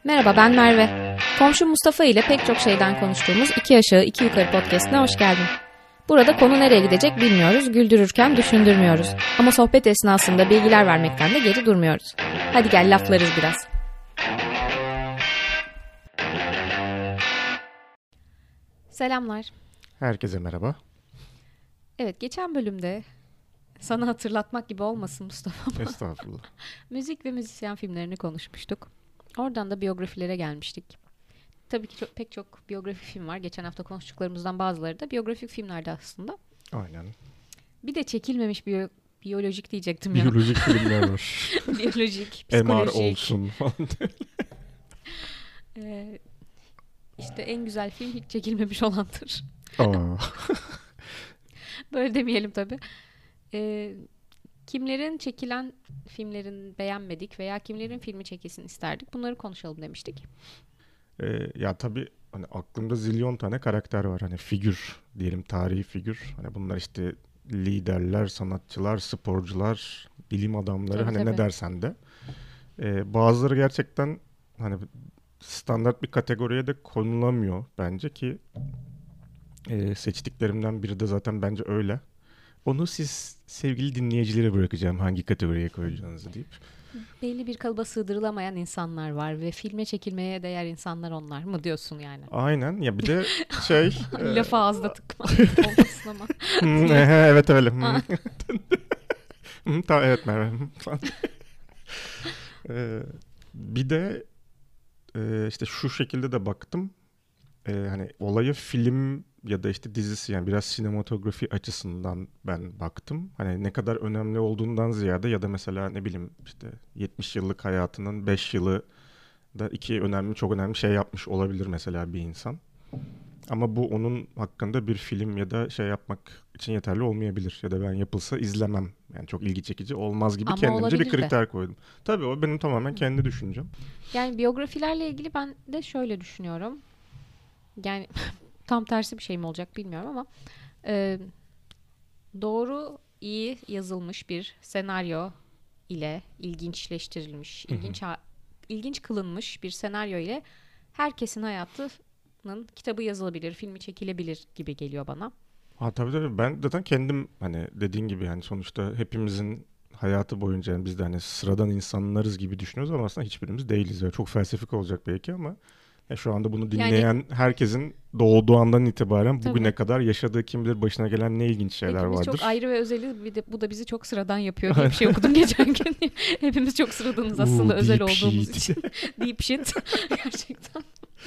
Merhaba, ben Merve. Komşu Mustafa ile pek çok şeyden konuştuğumuz İki Aşağı İki Yukarı podcastine hoş geldin. Burada konu nereye gidecek bilmiyoruz, güldürürken düşündürmüyoruz. Ama sohbet esnasında bilgiler vermekten de geri durmuyoruz. Hadi gel laflarız biraz. Selamlar. Herkese merhaba. Evet, geçen bölümde sana hatırlatmak gibi olmasın Mustafa. Estağfurullah. Müzik ve müzisyen filmlerini konuşmuştuk. Oradan da biyografilere gelmiştik. Tabii ki pek çok biyografi film var. Geçen hafta konuştuklarımızdan bazıları da biyografik filmlerdi aslında. Aynen. Bir de çekilmemiş biyolojik diyecektim ya. Biyolojik filmler var. Biyolojik, MR psikolojik. olsun falan. İşte en güzel film hiç çekilmemiş olandır. Aa. Böyle demeyelim tabii. Kimlerin çekilen filmlerin beğenmedik veya kimlerin filmi çekilsin isterdik, bunları konuşalım demiştik. Ya tabii hani aklımda zilyon tane karakter var. Hani figür diyelim, tarihi figür. Hani bunlar işte liderler, sanatçılar, sporcular, bilim adamları, Tabii, hani tabii. ne dersen de. Bazıları gerçekten hani standart bir kategoriye de konulamıyor bence ki seçtiklerimden biri de zaten bence öyle. Onu siz sevgili dinleyicilere bırakacağım hangi kategoriye koyacağınızı deyip. Belli bir kalıba sığdırılamayan insanlar var ve filme çekilmeye değer insanlar onlar mı diyorsun yani? Aynen ya, bir de şey Lafı ağızda tıkma olmasın ama. evet öyle. Aa. Tamam, evet Merve. Bir de işte şu şekilde de baktım. Hani olaya film ya da işte dizisi, yani biraz sinematografi açısından ben baktım. Hani ne kadar önemli olduğundan ziyade, ya da mesela ne bileyim işte 70 yıllık hayatının 5 yılı da çok önemli şey yapmış olabilir mesela bir insan. Ama bu onun hakkında bir film ya da şey yapmak için yeterli olmayabilir. Ya da ben yapılsa izlemem. Yani çok ilgi çekici olmaz gibi Ama kendimce bir olabilir de. kriter koydum. Tabii o benim tamamen kendi düşüncem. Yani biyografilerle ilgili ben de şöyle düşünüyorum. Yani tam tersi bir şey mi olacak bilmiyorum ama e, doğru, iyi yazılmış bir senaryo ile ilginçleştirilmiş, ilginç kılınmış bir senaryo ile herkesin hayatının kitabı yazılabilir, filmi çekilebilir gibi geliyor bana. Tabii ben zaten kendim, hani dediğin gibi, yani sonuçta hepimizin hayatı boyunca, yani biz de hani sıradan insanlarız gibi düşünüyoruz ama aslında hiçbirimiz değiliz. Yani çok felsefik olacak belki ama şu anda bunu Yani dinleyen herkesin doğduğu andan itibaren bugüne tabii kadar yaşadığı, kim bilir başına gelen ne ilginç şeyler hepimiz vardır. çok ayrı ve özeliz. Bir de bu da bizi çok sıradan yapıyor diye bir şey okudum geçen gün. Hepimiz çok sıradanız aslında özel Deep olduğumuz shit. için. Deep shit. Gerçekten.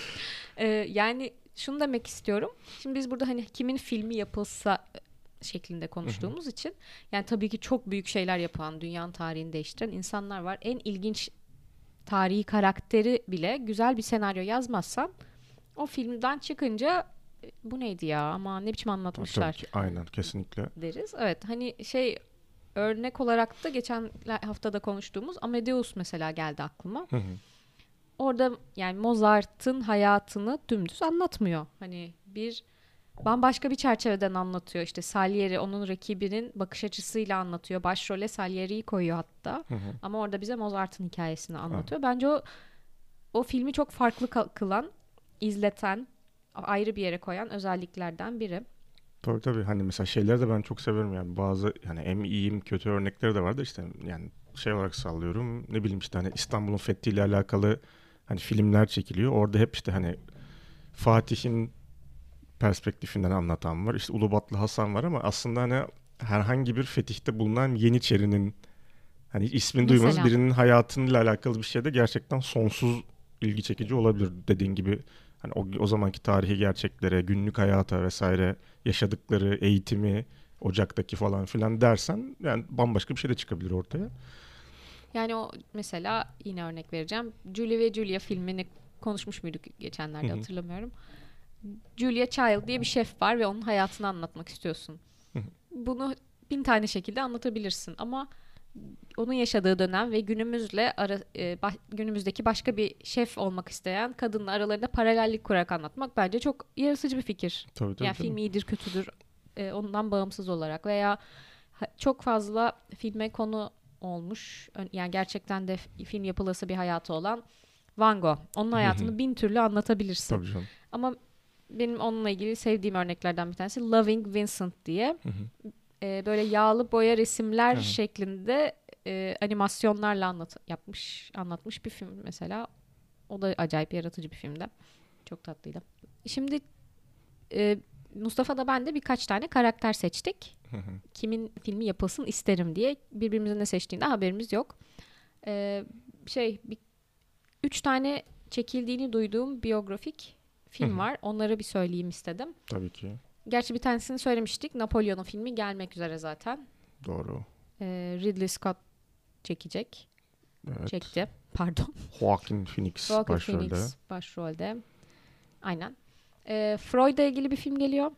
Yani şunu demek istiyorum. Şimdi biz burada hani kimin filmi yapılsa şeklinde konuştuğumuz için, yani tabii ki çok büyük şeyler yapan, dünyanın tarihini değiştiren insanlar var. En ilginç tarihi karakteri bile güzel bir senaryo yazmazsan o filmden çıkınca bu neydi ya, ama ne biçim Tabii anlatmışlar ki, aynen, kesinlikle. deriz. Evet, hani örnek olarak da geçen haftada konuştuğumuz Amadeus mesela geldi aklıma. Orada yani Mozart'ın hayatını dümdüz anlatmıyor. Hani bambaşka bir çerçeveden anlatıyor. İşte Salieri onun rakibinin bakış açısıyla anlatıyor. Başrole Salieri'yi koyuyor hatta. Ama orada bize Mozart'ın hikayesini anlatıyor. Bence o filmi çok farklı kılan, izleten, ayrı bir yere koyan özelliklerden biri. Tabii hani mesela şeyleri de ben çok severim, yani bazı, yani hem iyi hem kötü örnekleri de vardı işte, yani şey olarak sallıyorum, ne bileyim işte hani İstanbul'un fethiyle alakalı hani filmler çekiliyor, orada hep işte hani Fatih'in perspektifinden anlatan var, işte Ulubatlı Hasan var, ama aslında hani herhangi bir fetihte bulunan Yeniçerinin, hani ismini duymanız Mesela birinin hayatıyla alakalı bir şey de gerçekten sonsuz ilgi çekici olabilir, dediğin gibi. Hani o zamanki tarihi gerçeklere, günlük hayata vesaire, yaşadıkları eğitimi, Ocak'taki falan filan dersen, yani bambaşka bir şey de çıkabilir ortaya. yani o mesela yine örnek vereceğim. Julie ve Julia filmini konuşmuş muyduk geçenlerde, hatırlamıyorum. Julia Child diye bir şef var ve onun hayatını anlatmak istiyorsun. Bunu 1000 tane şekilde anlatabilirsin ama onun yaşadığı dönem ve günümüzdeki başka bir şef olmak isteyen kadınla aralarında paralellik kurarak anlatmak bence çok yaratıcı bir fikir. Tabii Yani canım. film iyidir kötüdür ondan bağımsız olarak veya çok fazla filme konu olmuş, yani gerçekten de film yapılası bir hayatı olan Van Gogh. Onun Hı hı. hayatını bin türlü anlatabilirsin. Tabii canım. Ama benim onunla ilgili sevdiğim örneklerden bir tanesi Loving Vincent diye. Hı hı. Böyle yağlı boya resimler Hı hı. şeklinde animasyonlarla anlatmış bir film mesela. O da acayip yaratıcı bir filmdi. Çok tatlıydı. Şimdi Mustafa da ben de birkaç tane karakter seçtik. Hı hı. Kimin filmi yapılsın isterim diye. Birbirimizin ne seçtiğinde haberimiz yok. Üç tane çekildiğini duyduğum biyografik film Hı hı. var. Onları bir söyleyeyim istedim. Tabii ki. Gerçi bir tanesini söylemiştik. Napolyon'un filmi gelmek üzere zaten. Doğru. Ridley Scott çekecek. Evet. Çekti. Pardon. Joaquin Phoenix Joaquin başrolde. Phoenix başrolde. Aynen. Freud'la ilgili bir film geliyor.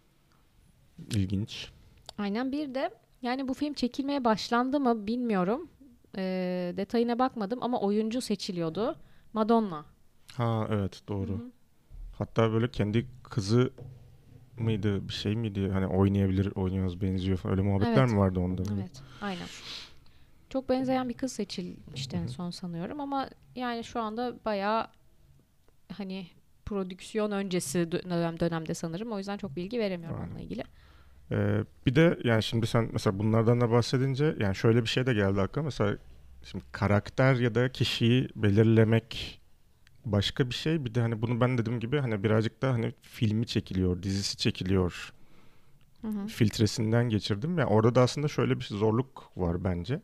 İlginç. Aynen, bir de yani bu film çekilmeye başlandı mı bilmiyorum. Detayına bakmadım ama oyuncu seçiliyordu. Madonna. Ha evet doğru. Hı-hı. Hatta böyle kendi kızı mıydı bir şey miydi? Hani oynuyoruz benziyor falan. Öyle muhabbetler Evet. mi vardı onda? Evet. Aynen. Çok benzeyen bir kız seçilmişti en son sanıyorum ama yani şu anda bayağı hani prodüksiyon öncesi dönemde sanırım. O yüzden çok bilgi veremiyorum Aynen. onunla ilgili. Bir de yani şimdi sen mesela bunlardan da bahsedince yani şöyle bir şey de geldi aklıma. Mesela şimdi karakter ya da kişiyi belirlemek başka bir şey. Bir de hani bunu ben dediğim gibi hani birazcık da hani filmi çekiliyor, dizisi çekiliyor Hı hı. filtresinden geçirdim. Yani orada da aslında şöyle bir zorluk var bence.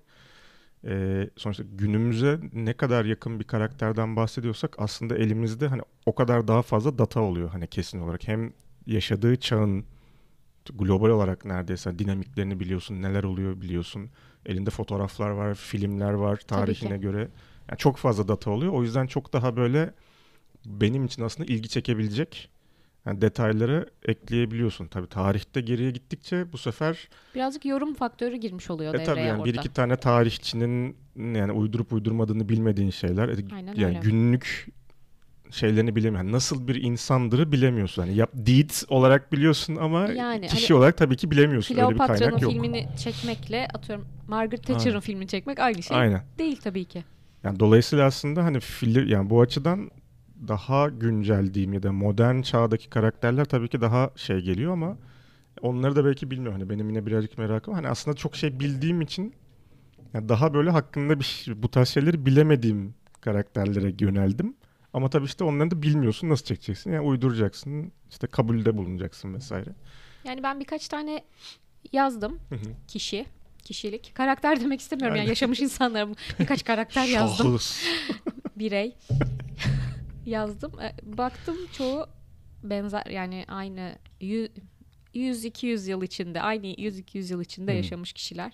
Sonuçta günümüze ne kadar yakın bir karakterden bahsediyorsak aslında elimizde hani o kadar daha fazla data oluyor hani kesin olarak. Hem yaşadığı çağın global olarak neredeyse dinamiklerini biliyorsun, neler oluyor biliyorsun. Elinde fotoğraflar var, filmler var Tabii ki. tarihine göre. Yani çok fazla data oluyor. O yüzden çok daha böyle benim için aslında ilgi çekebilecek yani detayları ekleyebiliyorsun. Tabii tarihte geriye gittikçe bu sefer Birazcık yorum faktörü girmiş oluyor tabii devreye yani bir orada. iki tane tarihçinin yani uydurup uydurmadığını bilmediğin şeyler. Aynen Yani öyle. günlük şeylerini bilemiyorsun. Yani nasıl bir insandırı bilemiyorsun. Hani deed olarak biliyorsun ama Yani hani kişi olarak tabii ki bilemiyorsun. Öyle bir Kleopatra'nın kaynak yok. filmini çekmekle atıyorum Margaret Aynen. Thatcher'ın filmini çekmek aynı şey Aynen. değil tabii ki. Yani dolayısıyla aslında hani yani bu açıdan daha güncel diyeyim ya da modern çağdaki karakterler tabii ki daha şey geliyor ama onları da belki bilmiyorum. Hani benim yine birazcık merakım. Hani aslında çok şey bildiğim için yani daha böyle hakkında bu tarz şeyleri bilemediğim karakterlere yöneldim. Ama tabii işte onları da bilmiyorsun nasıl çekeceksin. Yani uyduracaksın, işte kabulde bulunacaksın vesaire. Yani ben birkaç tane yazdım. Hı hı. Kişilik. Karakter demek istemiyorum yani Aynen. yaşamış insanlara birkaç karakter yazdım. Şahıs. Birey yazdım. Baktım çoğu benzer yani aynı 100-200 yıl içinde aynı 100-200 yıl içinde Hı. yaşamış kişiler.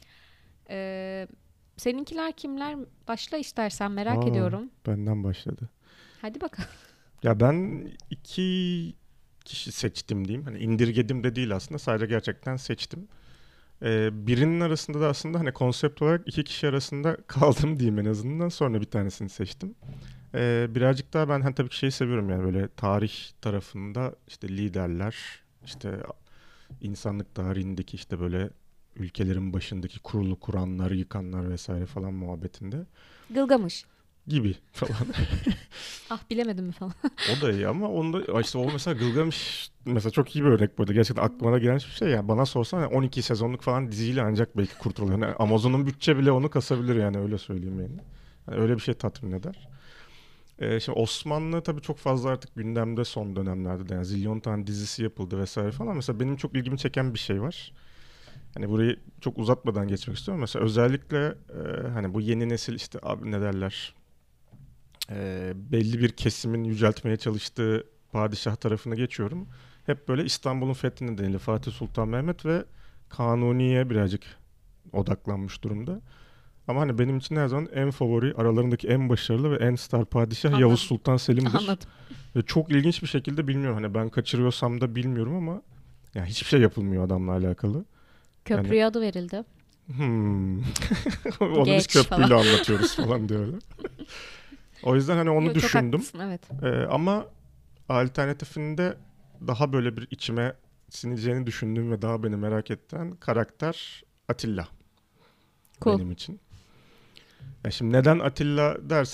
Seninkiler kimler? Başla istersen merak ediyorum. Benden başladı. Hadi bakalım. Ya ben iki kişi seçtim diyeyim. Hani indirgedim de değil aslında. Sadece gerçekten seçtim. Birinin arasında da aslında hani konsept olarak iki kişi arasında kaldım diyeyim en azından. Sonra bir tanesini seçtim. Birazcık daha ben hani tabii ki şeyi seviyorum yani böyle tarih tarafında işte liderler, işte insanlık tarihindeki işte böyle ülkelerin başındaki kurulu kuranlar, yıkanlar vesaire falan muhabbetinde Gılgamış. gibi falan. Ah bilemedim mi falan. O da iyi ama onda işte o mesela Gılgamış mesela çok iyi bir örnek burada. Gerçekten aklıma gelen bir şey yani bana sorsan yani 12 sezonluk falan diziyle ancak belki kurtuluyor. Yani Amazon'un bütçe bile onu kasabilir yani öyle söyleyeyim yani. Yani öyle bir şey tatmin eder. Şimdi Osmanlı tabii çok fazla artık gündemde son dönemlerde de yani zilyon tane dizisi yapıldı vesaire falan. Mesela benim çok ilgimi çeken bir şey var. Hani burayı çok uzatmadan geçmek istiyorum. Mesela özellikle hani bu yeni nesil işte abi ne derler belli bir kesimin yüceltmeye çalıştığı padişah tarafına geçiyorum. Hep böyle İstanbul'un fethinin nedeniyle Fatih Sultan Mehmet ve Kanuni'ye birazcık odaklanmış durumda. Ama hani benim için her zaman en favori, aralarındaki en başarılı ve en star padişah Yavuz Anladım. Sultan Selim'dir. Anladım. Ve çok ilginç bir şekilde bilmiyorum. Hani ben kaçırıyorsam da bilmiyorum ama yani hiçbir şey yapılmıyor adamla alakalı. Yani Köprüye adı verildi. hmm. Onu biz Geç falan. köprüyle anlatıyoruz falan diyorlar. O yüzden hani onu Yo, çok düşündüm. haklısın evet. Ama alternatifinde daha böyle bir içime sineceğini düşündüğüm ve daha beni merak ettiren karakter Atilla Cool. benim için. Ya şimdi neden Atilla dersen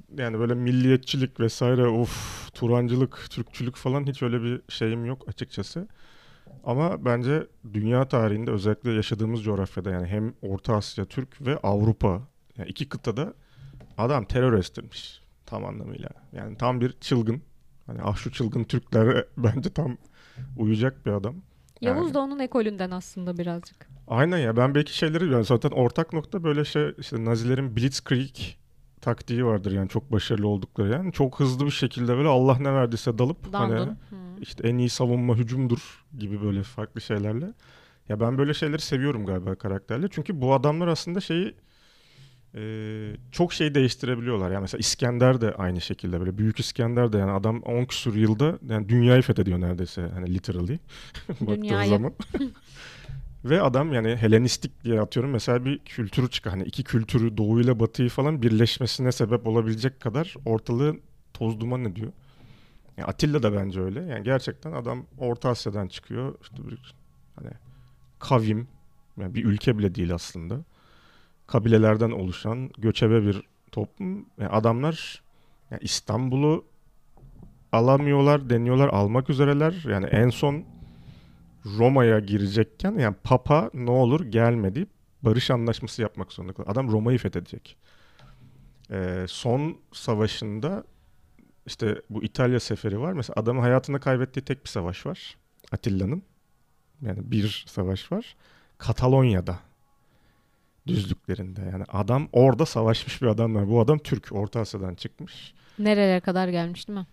yani böyle milliyetçilik vesaire, of Turancılık, Türkçülük falan hiç öyle bir şeyim yok açıkçası. Ama bence dünya tarihinde özellikle yaşadığımız coğrafyada yani hem Orta Asya, Türk ve Avrupa, yani iki kıtada adam terör estirmiş tam anlamıyla. Yani tam bir çılgın. Hani ah şu çılgın Türklere bence tam uyacak bir adam. Yani Yavuz da onun ekolünden aslında birazcık. aynen ya, ben belki şeyleri yani zaten ortak nokta böyle şey, işte Nazilerin Blitzkrieg taktiği vardır yani, çok başarılı oldukları, yani çok hızlı bir şekilde böyle Allah ne verdiyse dalıp hani Dandun. Hı. işte en iyi savunma hücumdur gibi böyle farklı şeylerle. Ya ben böyle şeyleri seviyorum galiba karakterle. Çünkü bu adamlar aslında şeyi çok şey değiştirebiliyorlar. Yani mesela İskender de aynı şekilde, böyle Büyük İskender de yani adam 10 küsur yılda yani dünyayı fethediyor neredeyse, hani literally baktığın Dünyayı. zaman. Ve adam yani Helenistik diye atıyorum mesela bir kültürü çıkar. Hani iki kültürü, Doğu ile Batı'yı falan birleşmesine sebep olabilecek kadar ortalığı toz duman ediyor. Yani Atilla da bence öyle. Yani gerçekten adam Orta Asya'dan çıkıyor. İşte bir hani kavim, yani bir ülke bile değil aslında. Kabilelerden oluşan göçebe bir toplum. Yani adamlar yani İstanbul'u alamıyorlar, deniyorlar, almak üzereler. Yani en son Roma'ya girecekken yani Papa ne olur gelme deyip barış anlaşması yapmak zorunda kalıyor. Adam Roma'yı fethedecek. Son savaşında işte bu İtalya seferi var. Mesela adamın hayatını kaybettiği tek bir savaş var. Atilla'nın. Yani bir savaş var. Katalonya'da. Düzlüklerinde. Yani adam orada savaşmış bir adam var. Bu adam Türk. Orta Asya'dan çıkmış. Nerelere kadar gelmiş değil mi?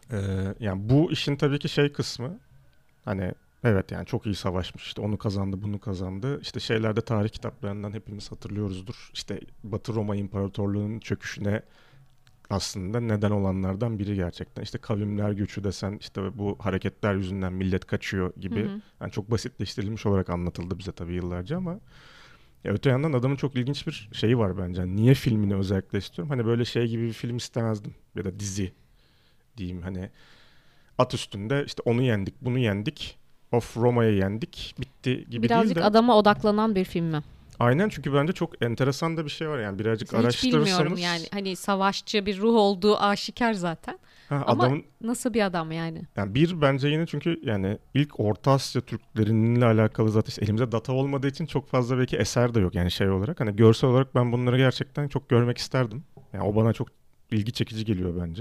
Yani bu işin tabii ki şey kısmı. Hani evet yani çok iyi savaşmış. İşte onu kazandı, bunu kazandı. İşte şeylerde, tarih kitaplarından hepimiz hatırlıyoruzdur. İşte Batı Roma İmparatorluğu'nun çöküşüne aslında neden olanlardan biri gerçekten. İşte kavimler göçü desen, işte bu hareketler yüzünden millet kaçıyor Hı gibi. hı. Yani çok basitleştirilmiş olarak anlatıldı bize tabii yıllarca ama ya öte yandan adamın çok ilginç bir şeyi var bence. Yani niye filmini özellikle istiyorum? Hani böyle şey gibi bir film istemezdim. Ya da dizi diyeyim, hani at üstünde işte onu yendik, bunu yendik. Of Roma'ya yendik, bitti gibi değil Birazcık de. adama odaklanan bir film mi? Aynen, çünkü bence çok enteresan da bir şey var yani, birazcık Mesela hiç bilmiyorum yani. araştırırsanız. Hani savaşçı bir ruh olduğu aşikar zaten. Ha, Ama adamın nasıl bir adam yani? yani bir bence yine, çünkü yani ilk Orta Asya Türklerininle alakalı zaten işte elimizde data olmadığı için çok fazla belki eser de yok yani şey olarak. Hani görsel olarak ben bunları gerçekten çok görmek isterdim. Yani o bana çok ilgi çekici geliyor bence.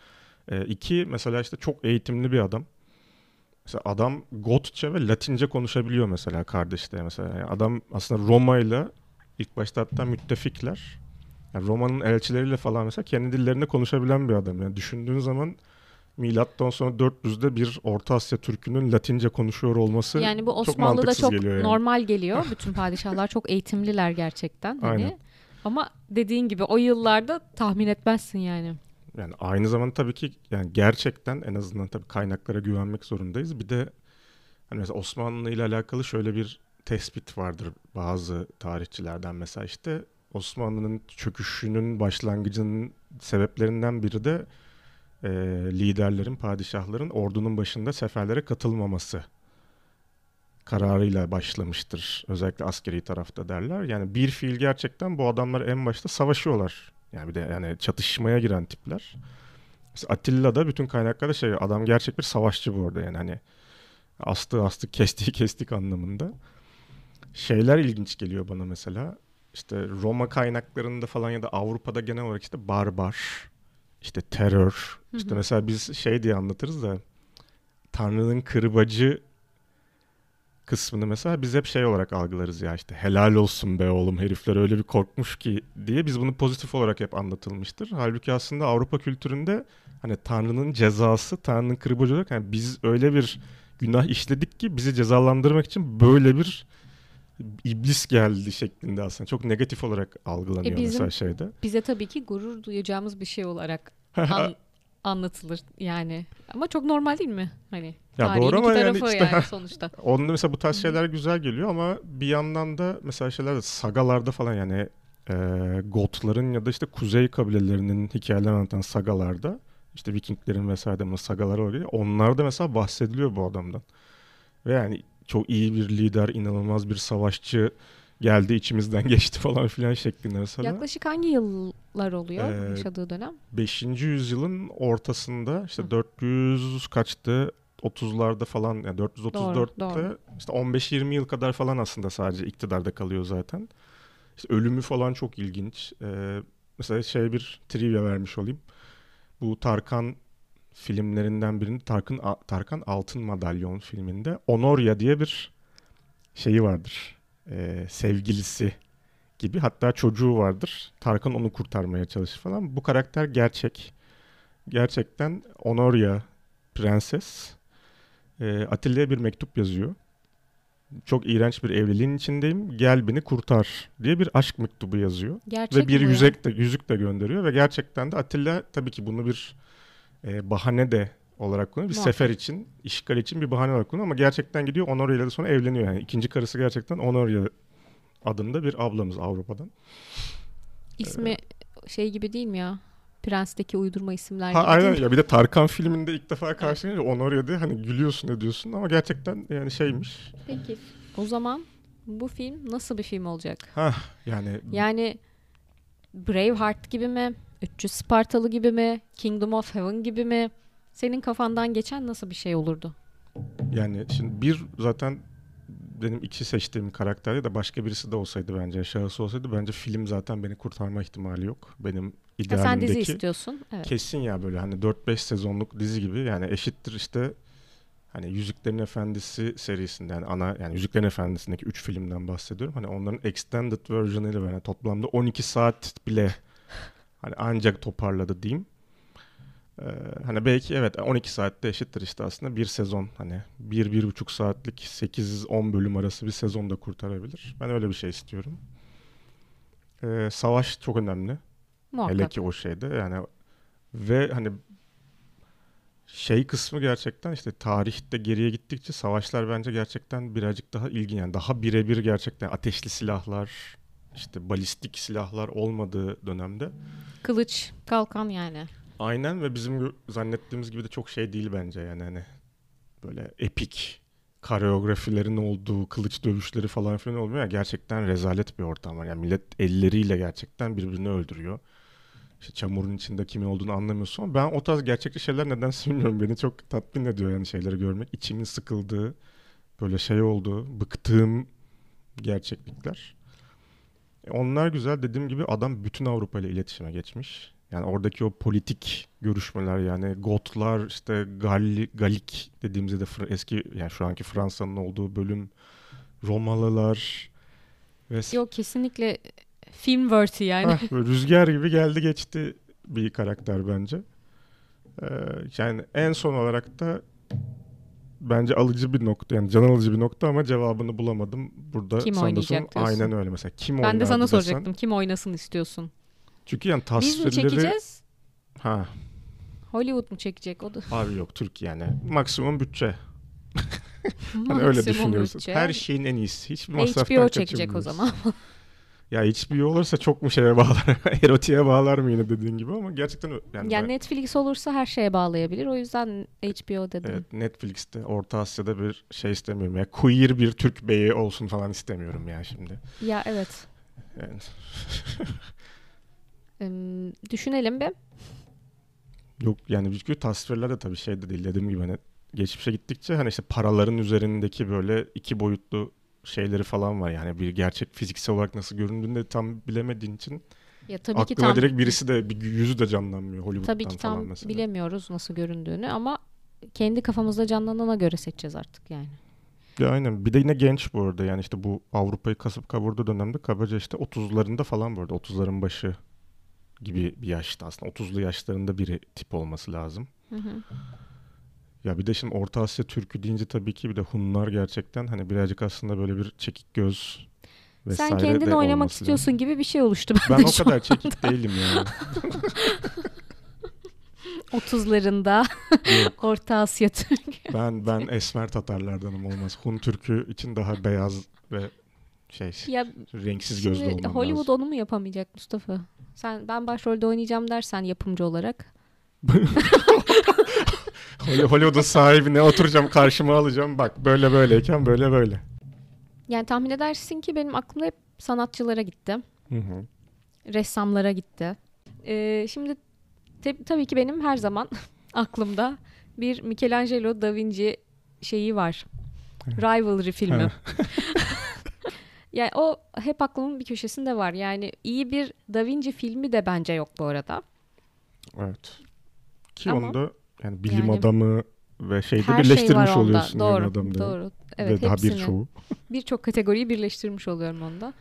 İki, mesela işte çok eğitimli bir adam. Mesela adam Gotça ve Latince konuşabiliyor mesela kardeşte mesela. Yani adam aslında Roma ile ilk başta hatta müttefikler. Yani Roma'nın elçileriyle falan mesela kendi dillerinde konuşabilen bir adam. Yani düşündüğün zaman milattan sonra 400'de bir Orta Asya Türk'ünün Latince konuşuyor olması Yani bu çok Osmanlı'da mantıksız çok geliyor yani. normal geliyor. Bütün padişahlar çok eğitimliler gerçekten Aynen. hani. Ama dediğin gibi o yıllarda tahmin etmezsin yani. Yani aynı zamanda tabii ki yani gerçekten en azından tabii kaynaklara güvenmek zorundayız. Bir de hani mesela Osmanlı ile alakalı şöyle bir tespit vardır bazı tarihçilerden, mesela işte Osmanlı'nın çöküşünün başlangıcının sebeplerinden biri de liderlerin, padişahların ordunun başında seferlere katılmaması kararıyla başlamıştır. Özellikle askeri tarafta derler. Yani bir fiil gerçekten bu adamlar en başta savaşıyorlar. Yani bir de yani çatışmaya giren tipler. Mesela Atilla'da bütün kaynaklarda şey, adam gerçek bir savaşçı bu arada, yani hani astığı astık, kestiği kestik anlamında. Şeyler ilginç geliyor bana mesela. İşte Roma kaynaklarında falan ya da Avrupa'da genel olarak işte barbar, işte terör. Hı İşte hı. mesela biz şey diye anlatırız da Tanrı'nın kırbacı kısmını mesela biz hep şey olarak algılarız ya, işte helal olsun be oğlum herifler öyle bir korkmuş ki diye, biz bunu pozitif olarak hep anlatılmıştır. Halbuki aslında Avrupa kültüründe hani Tanrı'nın cezası, Tanrı'nın kırbacı olarak hani biz öyle bir günah işledik ki bizi cezalandırmak için böyle bir iblis geldi şeklinde aslında çok negatif olarak algılanıyor mesela Bizim şeyde. bize tabii ki gurur duyacağımız bir şey olarak an- anlatılır yani. Ama çok normal değil mi? Hani Ya tarihin doğru iki ama yani tarafı işte yani sonuçta. onda mesela bu Hı tarz hı. şeyler güzel geliyor ama bir yandan da mesela şeyler de sagalarda falan yani e, Gotların ya da işte kuzey kabilelerinin hikayelerini anlatan sagalarda, işte Vikinglerin vesaire de sagaları oluyor. Onlarda mesela bahsediliyor bu adamdan. Ve yani çok iyi bir lider, inanılmaz bir savaşçı, geldi içimizden geçti falan filan şeklinde mesela. Yaklaşık hangi yıllar oluyor yaşadığı dönem? 5. yüzyılın ortasında işte 400 kaçtı? 30'larda falan, yani 434'te Doğru. işte 15-20 yıl kadar falan aslında sadece iktidarda kalıyor zaten. İşte ölümü falan çok ilginç. Mesela bir trivia vermiş olayım. Bu Tarkan filmlerinden birinde, Tarkan Altın Madalyon filminde Honoria diye bir şeyi vardır. Sevgilisi gibi. Hatta çocuğu vardır. Tarkan onu kurtarmaya çalışır falan. Bu karakter gerçek. Gerçekten Honoria prenses Atilla'ya bir mektup yazıyor. Çok iğrenç bir evliliğin içindeyim. Gel beni kurtar diye bir aşk mektubu yazıyor. Gerçek Ve bir mi bu ya? yüzük de gönderiyor ve gerçekten de Atilla tabii ki bunu bir bahane de olarak kullanıyor. Bir sefer Muhakkak. için, işgal için bir bahane olarak kullanıyor ama gerçekten gidiyor Honoria ile de sonra evleniyor. Yani ikinci karısı gerçekten Honoria adında bir ablamız Avrupa'dan. İsmi şey gibi değil mi ya? Prens'teki uydurma isimler Ha gibi değil aynen mi? ya, bir de Tarkan filminde ilk defa Evet. karşılayınca Honoria diye hani gülüyorsun ne diyorsun ama gerçekten yani şeymiş. Peki o zaman bu film nasıl bir film olacak? Ha yani Yani Braveheart gibi mi? 300 Spartalı gibi mi? Kingdom of Heaven gibi mi? Senin kafandan geçen nasıl bir şey olurdu? Yani şimdi bir zaten benim iki seçtiğim karakter ya da başka birisi de olsaydı, bence şahıs olsaydı, bence film zaten beni kurtarma ihtimali yok. Benim Ha, sen dizi idealimdeki istiyorsun. Evet. kesin ya, böyle hani 4-5 sezonluk dizi gibi, yani eşittir işte hani Yüzüklerin Efendisi serisinde, yani yani Yüzüklerin Efendisi'ndeki 3 filmden bahsediyorum. Hani onların extended version'ıyla yani toplamda 12 saat bile hani ancak toparladı diyeyim. Hani belki evet 12 saatte eşittir işte aslında bir sezon, hani 1-1,5 saatlik 8-10 bölüm arası bir sezon da kurtarabilir. Ben öyle bir şey istiyorum. Savaş çok önemli. Hele ki Muhakkak. o şeyde yani, ve hani şey kısmı gerçekten işte tarihte geriye gittikçe savaşlar bence gerçekten birazcık daha ilginç. Yani daha birebir gerçekten ateşli silahlar, işte balistik silahlar olmadığı dönemde. Kılıç, kalkan yani. Aynen, ve bizim zannettiğimiz gibi de çok şey değil bence, yani hani böyle epik koreografilerin olduğu, kılıç dövüşleri falan filan olmuyor ya, gerçekten rezalet bir ortam var. Yani millet elleriyle gerçekten birbirini öldürüyor. İşte çamurun içinde kimin olduğunu anlamıyorsun ama ben o tarz gerçekçi şeyler nedense bilmiyorum, beni çok tatmin ediyor yani şeyleri görmek. İçimin sıkıldığı, böyle şey olduğu, bıktığım gerçeklikler. Onlar güzel. Dediğim gibi adam bütün Avrupa ile iletişime geçmiş. Yani oradaki o politik görüşmeler, yani Gotlar, işte Galik dediğimizde de eski, yani şu anki Fransa'nın olduğu bölüm, Romalılar ve Yok kesinlikle film worthy yani. böyle rüzgar gibi geldi geçti bir karakter bence. Ee, Yani en son olarak da bence alıcı bir nokta, yani can alıcı bir nokta ama cevabını bulamadım. Burada Kim sana da sorayım. oynayacak Aynen diyorsun. öyle, mesela kim Ben de sana oynardı desen. soracaktım. Kim oynasın istiyorsun? Çünkü yani Biz mi tasvirleri, çekeceğiz? ha Hollywood mu çekecek? O da abi yok, Türk yani. Maksimum bütçe. Hani öyle maksimum düşünüyoruz. Her bütçe. şeyin en iyisi. Hiçbir HBO masraftan çekecek o zaman. kaçınmıyoruz. Ya HBO olursa çok mu şeye bağlar? Erotiğe bağlar mı yine dediğin gibi, ama gerçekten yani Yani ben, Netflix olursa her şeye bağlayabilir. O yüzden HBO dedim. evet, Netflix'te Orta Asya'da bir şey istemiyorum. Ya queer bir Türk beyi olsun falan istemiyorum ya şimdi. Ya evet. Yani, Düşünelim bir. yok yani çünkü tasvirler de tabii şey de değil, dediğim gibi hani geçmişe gittikçe hani işte paraların üzerindeki böyle iki boyutlu şeyleri falan var, yani bir gerçek fiziksel olarak nasıl göründüğünü de tam bilemediğin için Ya tabii ki aklıma tam direkt birisi de, bir yüzü de canlanmıyor tabii Hollywood'dan ki falan tam mesela. bilemiyoruz nasıl göründüğünü ama kendi kafamızda canlanana göre seçeceğiz artık yani. Ya aynen, bir de yine genç bu arada, yani işte bu Avrupa'yı kasıp kavurduğu dönemde kabaca işte 30'larında falan, bu arada 30'ların başı gibi bir yaşta, aslında 30'lu yaşlarında biri tip olması lazım. Hı hı. Ya bir de şimdi Orta Asya Türkü deyince tabii ki bir de Hunlar gerçekten hani birazcık aslında böyle bir çekik göz Sen vesaire kendin de oynamak olması lazım. istiyorsun gibi bir şey oluştu Ben bende o şu kadar an. çekik değilim yani. 30'larında Yok. Orta Asya Türk. Ben esmer Tatarlardanım, olmaz. Hun Türkü için daha beyaz ve şey, Ya renksiz gözlü şimdi olmam Hollywood lazım. onu mu yapamayacak Mustafa? Ben başrolde oynayacağım dersen yapımcı olarak. Hollywood'un sahibine oturacağım, karşıma alacağım. Bak böyle böyleyken böyle böyle. Yani tahmin edersin ki benim aklımda hep sanatçılara gitti. Hı hı. Ressamlara gitti. Şimdi tabii ki benim her zaman aklımda bir Michelangelo Da Vinci şeyi var. Rivalry filmi. Yani o hep aklımın bir köşesinde var. Yani iyi bir Da Vinci filmi de bence yok bu arada. Evet. Ki Ama onda yani bilim adamı ve şeyde her birleştirmiş şey var oluyorsun. onda. Doğru. Yani adamda. Doğru. Evet, ve daha hepsini. birçoğu. Birçok kategoriyi birleştirmiş oluyorum onda.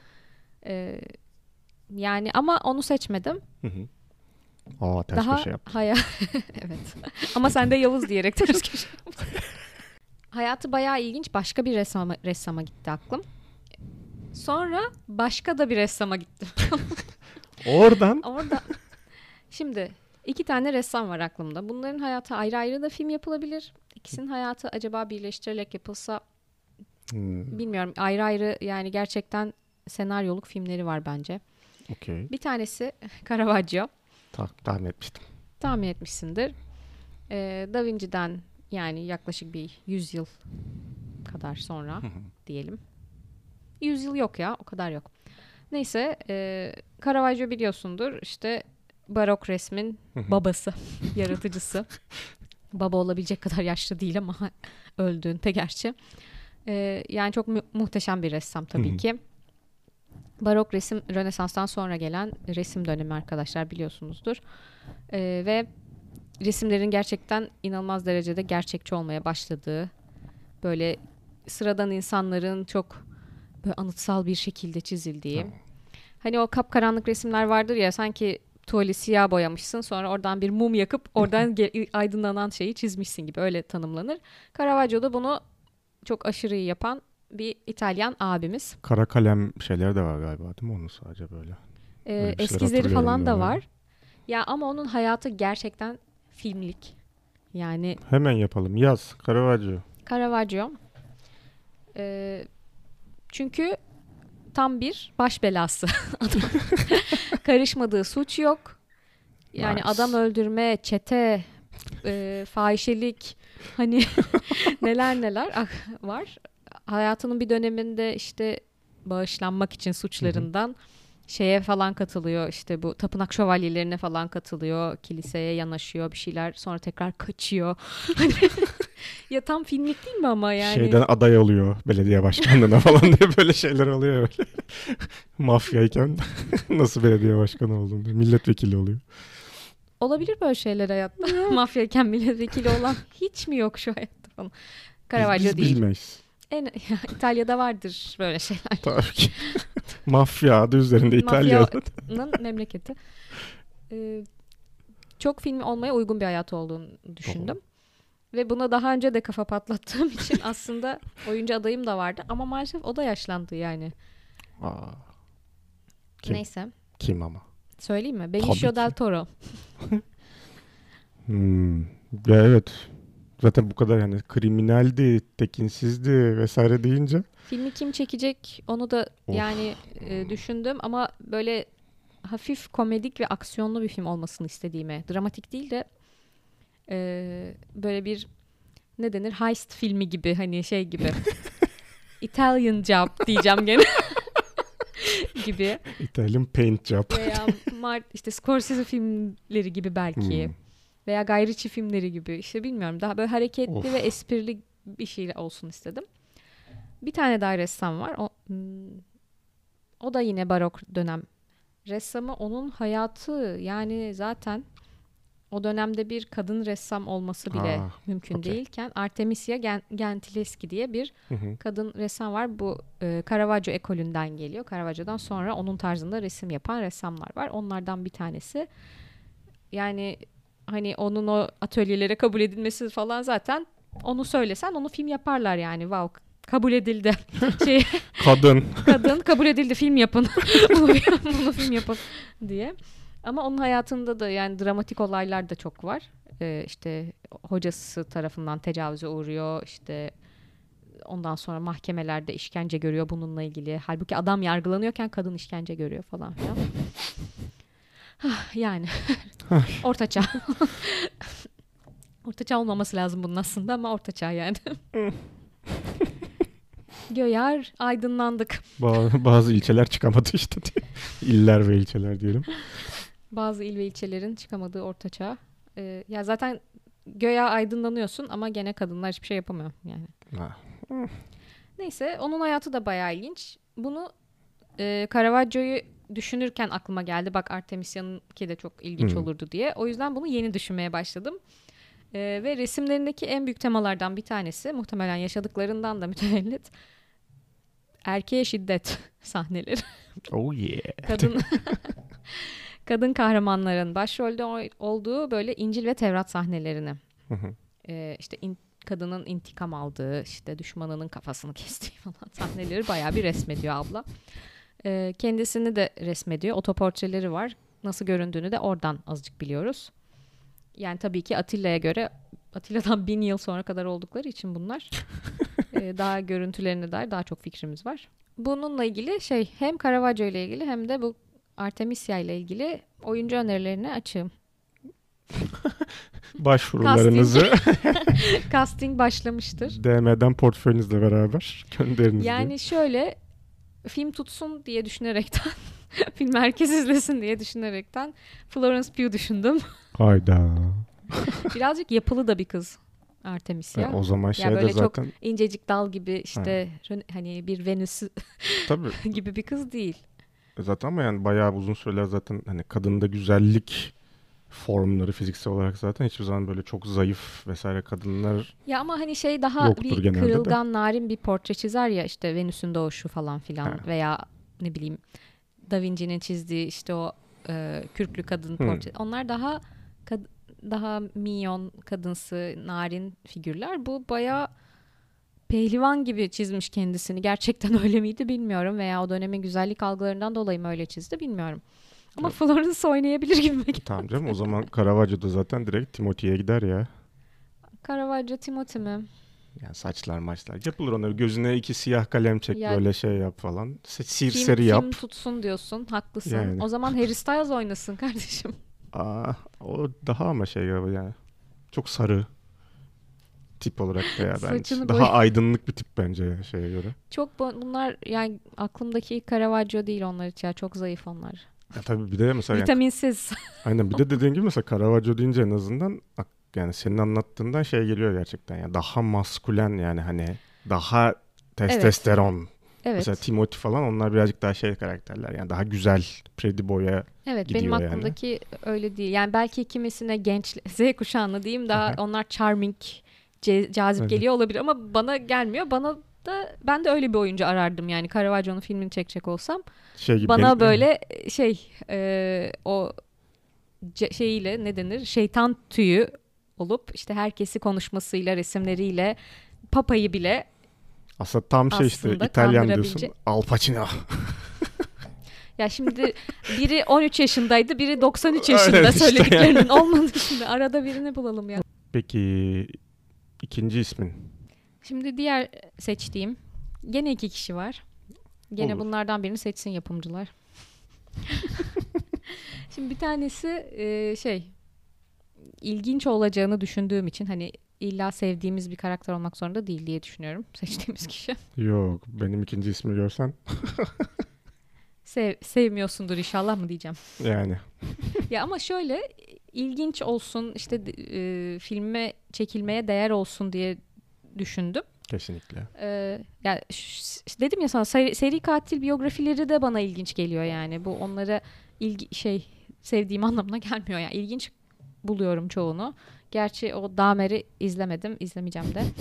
Yani ama onu seçmedim. Hı hı. Aa, ters Daha köşe yaptın. Evet. Ama sen de Yavuz diyerek ters köşe yaptın. Hayatı bayağı ilginç. Başka bir ressama gitti aklım. Sonra başka da bir ressama gittim. Orada. Şimdi 2 tane ressam var aklımda. Bunların hayatı ayrı ayrı da film yapılabilir. İkisinin hayatı acaba birleştirilerek yapılsa bilmiyorum. Ayrı ayrı yani gerçekten senaryoluk filmleri var bence. Okay. Bir tanesi Caravaggio. Tahmin etmiştim. Tahmin etmişsindir. Da Vinci'den yani yaklaşık bir 100 yıl kadar sonra diyelim. 100 yıl yok ya, o kadar yok. Neyse, Caravaggio biliyorsundur. İşte barok resmin babası, yaratıcısı. Baba olabilecek kadar yaşlı değil ama öldüğünde gerçi. Yani çok muhteşem bir ressam tabii ki. Barok resim Rönesans'tan sonra gelen resim dönemi arkadaşlar, biliyorsunuzdur. Ve resimlerin gerçekten inanılmaz derecede gerçekçi olmaya başladığı, böyle sıradan insanların çok böyle anıtsal bir şekilde çizildiği. Hani o kapkaranlık resimler vardır ya, sanki tuvali siyah boyamışsın, sonra oradan bir mum yakıp oradan aydınlanan şeyi çizmişsin gibi, öyle tanımlanır. Caravaggio da bunu çok aşırı iyi yapan bir İtalyan abimiz. Kara kalem şeyler de var galiba, değil mi onun sadece böyle? Eskizleri falan da var. Ya ama onun hayatı gerçekten filmlik. Yani hemen yapalım. Yaz. Caravaggio. Çünkü tam bir baş belası adam. Karışmadığı suç yok. Yani nice. Adam öldürme, çete, fahişelik, hani neler var. Hayatının bir döneminde işte bağışlanmak için suçlarından şeye falan katılıyor, işte bu tapınak şövalyelerine falan katılıyor, kiliseye yanaşıyor bir şeyler, sonra tekrar kaçıyor. Ya tam filmlik değil mi ama yani? Şeyden aday oluyor belediye başkanlığına falan diye böyle şeyler oluyor böyle. Mafyayken nasıl belediye başkanı olduğunu, milletvekili oluyor. Olabilir böyle şeyler hayatta. Mafyayken milletvekili olan hiç mi yok şu hayatta falan? Caravaggio değil. Bilmeyiz. İtalya'da vardır böyle şeyler. Tabii ki. Mafya adı üzerinde İtalya'nın. Mafyanın memleketi. Çok film olmaya uygun bir hayat olduğunu düşündüm. Ve buna daha önce de kafa patlattığım için aslında oyuncu adayım da vardı. Ama maalesef o da yaşlandı yani. Kim? Neyse. Kim ama? Söyleyeyim mi? Benicio del Toro. Ya evet. Zaten bu kadar yani kriminaldi, tekinsizdi vesaire deyince. Filmi kim çekecek onu da yani düşündüm ama böyle hafif komedik ve aksiyonlu bir film olmasını istediğime. Dramatik değil de böyle bir ne denir, heist filmi gibi, hani şey gibi. Italian Job diyeceğim gene. gibi. Italian Paint Job. Veya işte Scorsese filmleri gibi belki. Veya Guy Ritchie filmleri gibi. İşte bilmiyorum, daha böyle hareketli ve esprili bir şey olsun istedim. Bir tane daha ressam var. O da yine barok dönem ressamı. Onun hayatı yani zaten o dönemde bir kadın ressam olması bile mümkün değilken Artemisia Gentileschi diye bir kadın ressam var. Bu Caravaggio ekolünden geliyor. Caravaggio'dan sonra onun tarzında resim yapan ressamlar var. Onlardan bir tanesi. Yani hani onun o atölyelere kabul edilmesi falan, zaten onu söylesen onu film yaparlar yani. Wow, kabul edildi. Kadın kabul edildi, film yapın. bunu film yapın diye. Ama onun hayatında da yani dramatik olaylar da çok var. İşte hocası tarafından tecavüze uğruyor. İşte ondan sonra mahkemelerde işkence görüyor bununla ilgili. Halbuki adam yargılanıyorken kadın işkence görüyor falan filan. Yani ortaçağ. Ortaçağ olmaması lazım bunun aslında ama ortaçağ yani. Göyer aydınlandık. Bazı ilçeler çıkamadı işte diye. İller ve ilçeler diyelim. Bazı il ve ilçelerin çıkamadığı ortaçağ. Ya zaten göya aydınlanıyorsun ama gene kadınlar hiçbir şey yapamıyor yani. Ha. Neyse onun hayatı da bayağı ilginç. Bunu Caravaggio'yu düşünürken aklıma geldi. Bak Artemisia'nınki de çok ilginç olurdu diye. O yüzden bunu yeni düşünmeye başladım. Ve resimlerindeki en büyük temalardan bir tanesi, muhtemelen yaşadıklarından da mütevellit, erkeğe şiddet sahneleri. Oh yeah. Kadın kahramanların başrolde olduğu böyle İncil ve Tevrat sahnelerini. İşte kadının intikam aldığı, işte düşmanının kafasını kestiği falan sahneleri bayağı bir resmediyor abla. Kendisini de resmediyor. Otoportreleri var. Nasıl göründüğünü de oradan azıcık biliyoruz. Yani tabii ki Atilla'dan 1000 yıl sonra kadar oldukları için bunlar daha görüntülerine dair daha çok fikrimiz var. Bununla ilgili hem Caravaggio ile ilgili hem de bu Artemisia ile ilgili oyuncu önerilerini açığım. Başvurularınızı Casting başlamıştır. DM'den portföyünüzle beraber gönderiniz. Yani şöyle film tutsun diye düşünerekten film herkes izlesin diye düşünerekten Florence Pugh düşündüm. Hayda. Birazcık yapılı da bir kız Artemisia. O zaman yani böyle zaten çok incecik dal gibi işte hani bir Venüs gibi bir kız değil. Zaten ama yani bayağı uzun süreler zaten hani kadında güzellik formları fiziksel olarak zaten hiçbir zaman böyle çok zayıf vesaire kadınlar ya ama hani daha bir kırılgan narin bir portre çizer ya işte Venüs'ün doğuşu falan filan veya ne bileyim Da Vinci'nin çizdiği işte o kürklü kadın portre. Onlar daha minyon, kadınsı, narin figürler. Bu bayağı pehlivan gibi çizmiş kendisini. Gerçekten öyle miydi bilmiyorum veya o dönemin güzellik algılarından dolayı mı öyle çizdi bilmiyorum. Ama Florence oynayabilir gibi mi? Tamam canım, o zaman Caravaggio da zaten direkt Timothy'ye gider ya. Caravaggio Timothy mi? Yani saçlar maçlar yapılır, ona gözüne 2 siyah kalem çek yani, böyle şey yap falan. Seri yap. Film tutsun diyorsun, haklısın. Yani. O zaman Harry Styles oynasın kardeşim. O daha ama yani çok sarı tip olarak da ya bence. Daha aydınlık bir tip bence şeye göre. Çok bunlar yani aklımdaki Caravaggio değil onlar için ya, çok zayıf onlar. Ya tabii bir de mesela vitaminsiz. Aynen, bir de dediğin gibi mesela Caravaggio deyince en azından yani senin anlattığından geliyor gerçekten ya, daha maskülen yani hani daha testosteron. Evet. Mesela Timothy falan, onlar birazcık daha karakterler yani daha güzel pretty boy'a gidiyor benim aklımdaki öyle değil. Yani belki kimisine genç Z kuşağını diyeyim daha onlar charming, cazip geliyor olabilir ama bana gelmiyor. Ben de öyle bir oyuncu arardım yani Caravaggio'nun filmini çekecek olsam. Bana böyle o şeyiyle ne denir? Şeytan tüyü olup işte herkesi konuşmasıyla, resimleriyle, papayı bile aslında tam işte İtalyan diyorsun. Al Pacino. Ya şimdi biri 13 yaşındaydı, biri 93 yaşında söylediklerinin olmadı şimdi. Arada birini bulalım ya. Peki ikinci ismin? Şimdi diğer seçtiğim gene 2 kişi var. Gene olur. Bunlardan birini seçsin yapımcılar. Şimdi bir tanesi ilginç olacağını düşündüğüm için hani illa sevdiğimiz bir karakter olmak zorunda değil diye düşünüyorum seçtiğimiz kişi. Yok, benim ikinci ismi görsen. Sevmiyorsundur inşallah mı diyeceğim. Yani. Ya ama şöyle ilginç olsun işte filme çekilmeye değer olsun diye düşündüm. Kesinlikle. Ya dedim ya sana seri katil biyografileri de bana ilginç geliyor yani. Bu onlara sevdiğim anlamına gelmiyor yani. İlginç buluyorum çoğunu. Gerçi o Dahmer'i izlemedim, izlemeyeceğim de.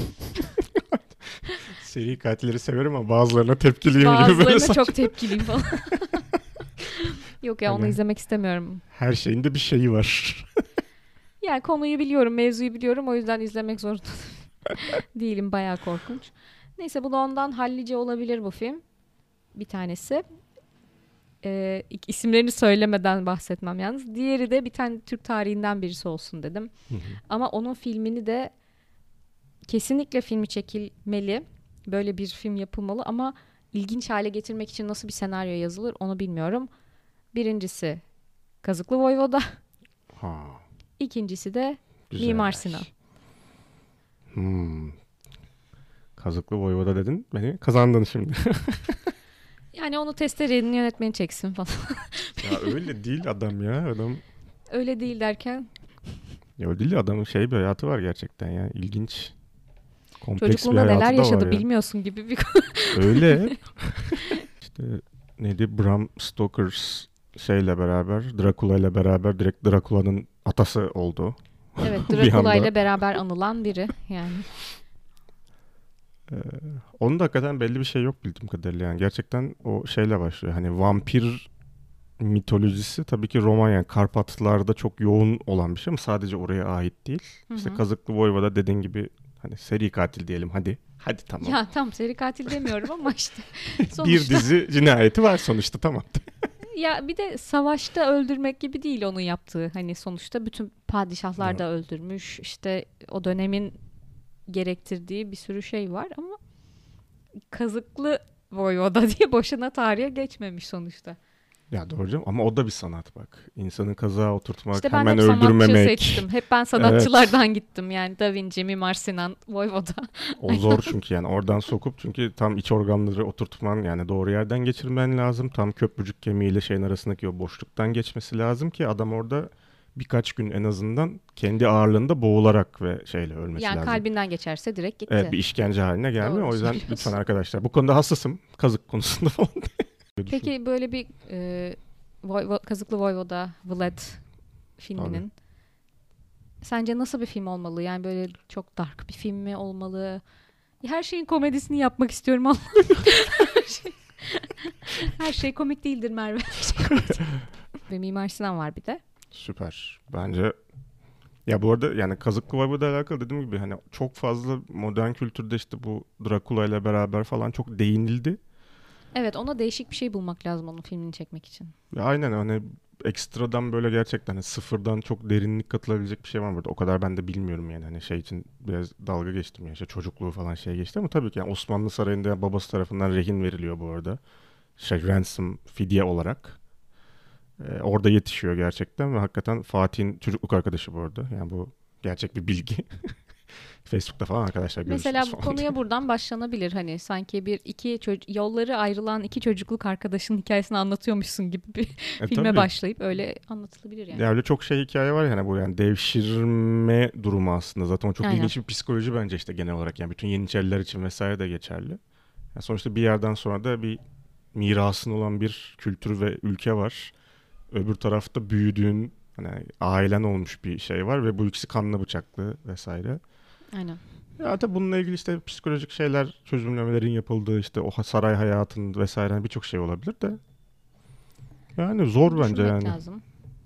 Seri katilleri severim ama bazılarına tepkiliyim. Bazılarına çok tepkiliyim falan. Yok ya, onu izlemek istemiyorum. Her şeyin de bir şeyi var. Yani konuyu biliyorum, mevzuyu biliyorum, o yüzden izlemek zorunda değilim, bayağı korkunç. Neyse, bu da ondan hallice olabilir bu film. Bir tanesi. İsimlerini söylemeden bahsetmem yalnız. Diğeri de bir tane Türk tarihinden birisi olsun dedim. Ama onun filmini de kesinlikle filmi çekilmeli. Böyle bir film yapılmalı ama ilginç hale getirmek için nasıl bir senaryo yazılır onu bilmiyorum. Birincisi Kazıklı Voyvoda. İkincisi de güzel. Mimar Sinan. Kazıklı Voyvoda dedin. Beni kazandın şimdi. Yani onu testerenin yönetmeni çeksin falan. Ya öyle değil adam ya. Adam Öyle değil derken ya öyle değil, adamın bir hayatı var gerçekten ya. İlginç. Kompleks bir çocukluğunda hayatı neler da yaşadı var ya. bilmiyorsun gibi bir Öyle. İşte neydi? Bram Stoker's beraber, Dracula ile beraber direkt Dracula'nın atası oldu. Evet, Bir Dracula anda. ile beraber anılan biri yani. Ee, Onun da hakikaten belli bir şey yok bildiğim kadarıyla. Yani gerçekten o başlıyor. Hani vampir mitolojisi tabii ki Roma, yani Karpatlarda çok yoğun olan bir şey ama sadece oraya ait değil. Hı İşte hı. Kazıklı Voyvoda dediğin gibi hani seri katil diyelim hadi. Hadi tamam. Ya tam seri katil demiyorum ama işte Bir sonuçta. dizi cinayeti var sonuçta, tamam. Ya bir de savaşta öldürmek gibi değil onun yaptığı. Hani sonuçta bütün padişahlar Evet. da öldürmüş. İşte o dönemin gerektirdiği bir sürü şey var ama Kazıklı Voyvoda diye boşuna tarihe geçmemiş sonuçta. Ya doğru canım, ama o da bir sanat bak. İnsanı kazığa oturtmak, İşte ben hemen hep sanatçı öldürmemek. seçtim. Hep ben sanatçılardan gittim. Yani Da Vinci, Mimar Sinan, Voyvoda. O zor çünkü, yani oradan sokup, çünkü tam iç organları oturtman, yani doğru yerden geçirmen lazım. Tam köprücük kemiğiyle şeyin arasındaki o boşluktan geçmesi lazım ki adam orada birkaç gün en azından kendi ağırlığında boğularak ve ölmesi Yani lazım. kalbinden geçerse direkt gitti. Evet, bir işkence haline gelmiyor. Doğru O yüzden söylüyorsun. lütfen arkadaşlar, bu konuda hassasım. Kazık konusunda falan. Peki böyle bir Kazıklı Voyvoda, Vlad filminin sence nasıl bir film olmalı? Yani böyle çok dark bir film mi olmalı? Her şeyin komedisini yapmak istiyorum ama her şey komik değildir Merve. Ve Mimar Sinan var bir de. Süper. Bence ya bu arada yani Kazıklı Voyvoda'yla alakalı dediğim gibi hani çok fazla modern kültürde işte bu Dracula ile beraber falan çok değinildi. Evet, ona değişik bir şey bulmak lazım onun filmini çekmek için. Ve aynen hani ekstradan böyle gerçekten hani sıfırdan çok derinlik katılabilecek bir şey var burada. O kadar ben de bilmiyorum yani, hani için biraz dalga geçtim ya, işte çocukluğu falan geçti ama tabii ki yani Osmanlı Sarayı'nda babası tarafından rehin veriliyor bu arada. Ransom, fidye olarak. Orada yetişiyor gerçekten ve hakikaten Fatih'in çocukluk arkadaşı bu arada. Yani bu gerçek bir bilgi. Facebook'ta falan arkadaşlar görürsünüz Mesela bu falan. konuya buradan başlanabilir. Hani sanki yolları ayrılan iki çocukluk arkadaşının hikayesini anlatıyormuşsun gibi bir filme Tabii. başlayıp öyle anlatılabilir yani. Ya öyle çok hikaye var yani, bu yani devşirme durumu aslında. Zaten o çok Aynen. ilginç bir psikoloji bence işte genel olarak. Yani bütün Yeniçeriler için vesaire de geçerli. Yani sonuçta bir yerden sonra da bir mirasın olan bir kültür ve ülke var. Öbür tarafta büyüdüğün hani ailen olmuş bir şey var ve bu ikisi kanlı bıçaklı vesaire. Aynen. Ya tabii bununla ilgili işte psikolojik çözümlemelerin yapıldığı, işte o saray hayatının vesaire, hani birçok şey olabilir de. Yani zor bence Düşünmek yani. lazım.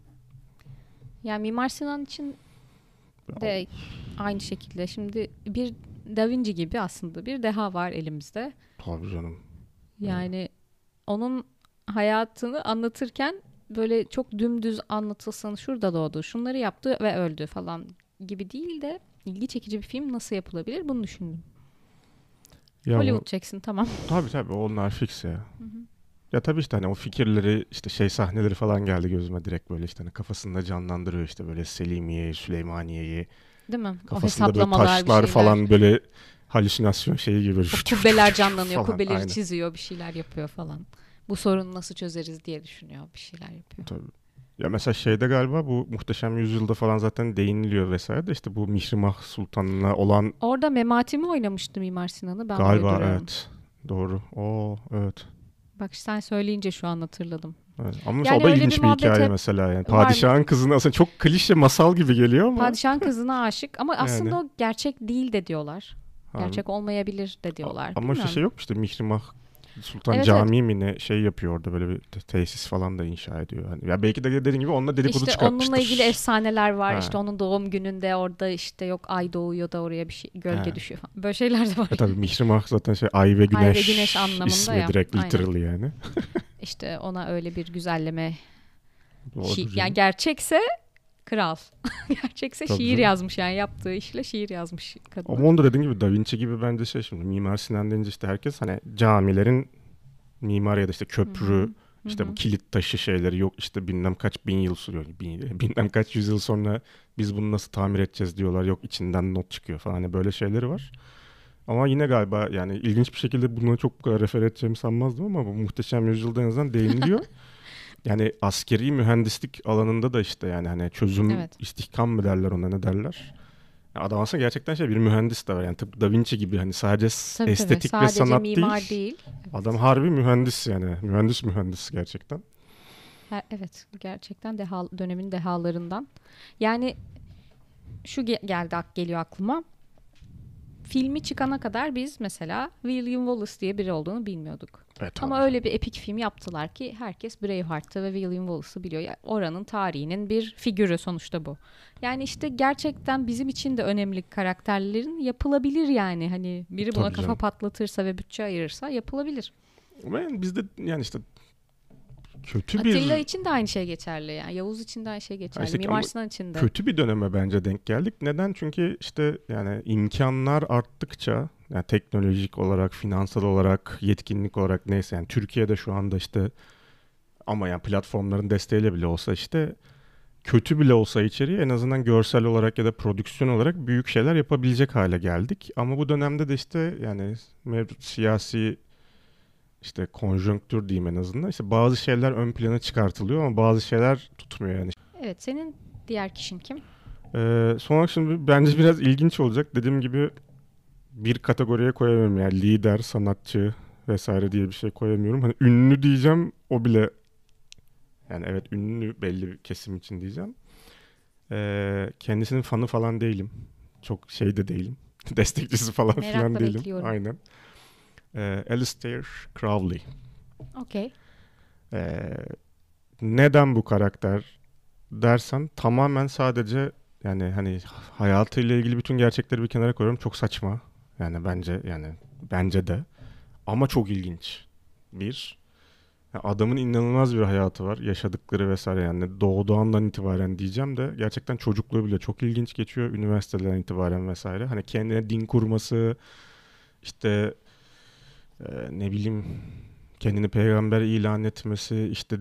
Yani Mimar Sinan için de aynı şekilde şimdi bir Da Vinci gibi aslında bir deha var elimizde. Tabii canım. Yani onun hayatını anlatırken böyle çok dümdüz anlatılsın, şurada doğdu, şunları yaptı ve öldü falan gibi değil de ilgi çekici bir film nasıl yapılabilir bunu düşündüm. Ya Hollywood çeksin tamam. tabii onlar fix ya. Ya tabii işte hani o fikirleri, işte sahneleri falan geldi gözüme direkt, böyle işte hani kafasında canlandırıyor işte böyle Selimiye'yi, Süleymaniye'yi. Değil mi? O Kafasında böyle hesaplamalar bir taşlar şeyler. falan, böyle halüsinasyon gibi. O kubbeler canlanıyor, falan. kubbeleri Aynen. çiziyor, bir şeyler yapıyor falan. Bu sorunu nasıl çözeriz diye düşünüyor, bir şeyler yapıyor. Tabii. Ya mesela galiba bu Muhteşem Yüzyılda falan zaten değiniliyor vesaire de, işte bu Mihrimah Sultan'la olan Orada Memati mi oynamıştı Mimar Sinan'ı? Ben galiba, uyduruyorum. evet. Doğru. Evet. Bak sen söyleyince şu an hatırladım. Evet. Ama mesela Yani o da öyle ilginç bir bir muhabbet hikaye hep mesela yani. var. Padişahın kızını aslında çok klişe masal gibi geliyor ama. Padişahın kızına aşık ama aslında Yani. o gerçek değil de diyorlar. Abi. Gerçek olmayabilir de diyorlar. Ama Bilmiyorum. işte yok işte Mihrimah Sultan Evet, Camii mi ne yapıyor orada, böyle bir tesis falan da inşa ediyor. Hani ya belki de dediğin gibi onunla dedikodu İşte çıkartmıştır. onunla ilgili efsaneler var. Ha. İşte onun doğum gününde orada işte yok ay doğuyor da oraya bir şey gölge Ha. düşüyor falan. Böyle şeyler de var. Tabii Mihrimah zaten ay ve güneş, Ay ve güneş anlamında ismi ya. direkt Aynen. literal yani. İşte ona öyle bir güzelleme Doğrudur yani canım. gerçekse kral. Gerçekse Tabii şiir canım. yazmış yani yaptığı işle şiir yazmış kadın. Ama onu da dediğin gibi Da Vinci gibi bence şimdi Mimar Sinan deyince işte herkes hani camilerin mimarı ya da işte köprü, işte bu kilit taşı şeyleri, yok işte bilmem kaç bin yıl sürüyor. Bilmem kaç yüzyıl sonra biz bunu nasıl tamir edeceğiz diyorlar. Yok içinden not çıkıyor falan. Hani böyle şeyleri var. Ama yine galiba yani ilginç bir şekilde buna çok bu kadar refer edeceğimi sanmazdım ama bu Muhteşem Yüzyıl'da en azından değiniliyor. Yani askeri mühendislik alanında da işte yani hani çözüm Evet. istihkam mı derler ona, ne derler? Ya adam aslında gerçekten bir mühendis de var. Yani tıpkı Da Vinci gibi hani sadece Tabii tabii. estetik ve Sadece sanat mimar değil. değil. Adam Evet. harbi mühendis yani. Mühendis gerçekten. Evet. Gerçekten dönemin dehalarından. Yani şu geliyor aklıma. Filmi çıkana kadar biz mesela William Wallace diye biri olduğunu bilmiyorduk. Evet abi. Ama öyle bir epik film yaptılar ki herkes Braveheart'ı ve William Wallace'ı biliyor. Yani oranın tarihinin bir figürü sonuçta bu. Yani işte gerçekten bizim için de önemli karakterlerin yapılabilir yani. Hani biri buna Tabii kafa canım. patlatırsa ve bütçe ayırırsa yapılabilir. Ve bizde yani işte kötü Atilla bir için de aynı şey geçerli yani. Yavuz için de aynı şey ha geçerli. işte Mimar ama Sinan için de. kötü bir döneme bence denk geldik. Neden? Çünkü işte yani imkanlar arttıkça yani teknolojik olarak, finansal olarak, yetkinlik olarak neyse yani Türkiye'de şu anda işte ama yani platformların desteğiyle bile olsa işte kötü bile olsa içeriği en azından görsel olarak ya da prodüksiyon olarak büyük şeyler yapabilecek hale geldik. Ama bu dönemde de işte yani mevcut siyasi işte konjonktür diyeyim en azından. İşte bazı şeyler ön plana çıkartılıyor ama bazı şeyler tutmuyor yani. Evet, senin diğer kişin kim? Sonra şimdi bence biraz ilginç olacak. Dediğim gibi bir kategoriye koyamıyorum yani lider, sanatçı vesaire diye bir şey koyamıyorum. Hani ünlü diyeceğim o bile yani evet ünlü belli bir kesim için diyeceğim. Kendisinin fanı falan değilim. Çok şey de değilim. Destekçisi falan filan Merakla değilim. bekliyorum. Aynen. Alistair Crowley. Okey. Ee, Neden bu karakter dersen tamamen sadece yani hani hayatıyla ilgili bütün gerçekleri bir kenara koyuyorum. Çok saçma. Yani bence de. Ama çok ilginç. Bir. Ya adamın inanılmaz bir hayatı var. Yaşadıkları vesaire yani doğduğu andan itibaren diyeceğim de gerçekten çocukluğu bile çok ilginç geçiyor. Üniversiteden itibaren vesaire. Hani kendine din kurması, işte ne bileyim kendini peygamber ilan etmesi, işte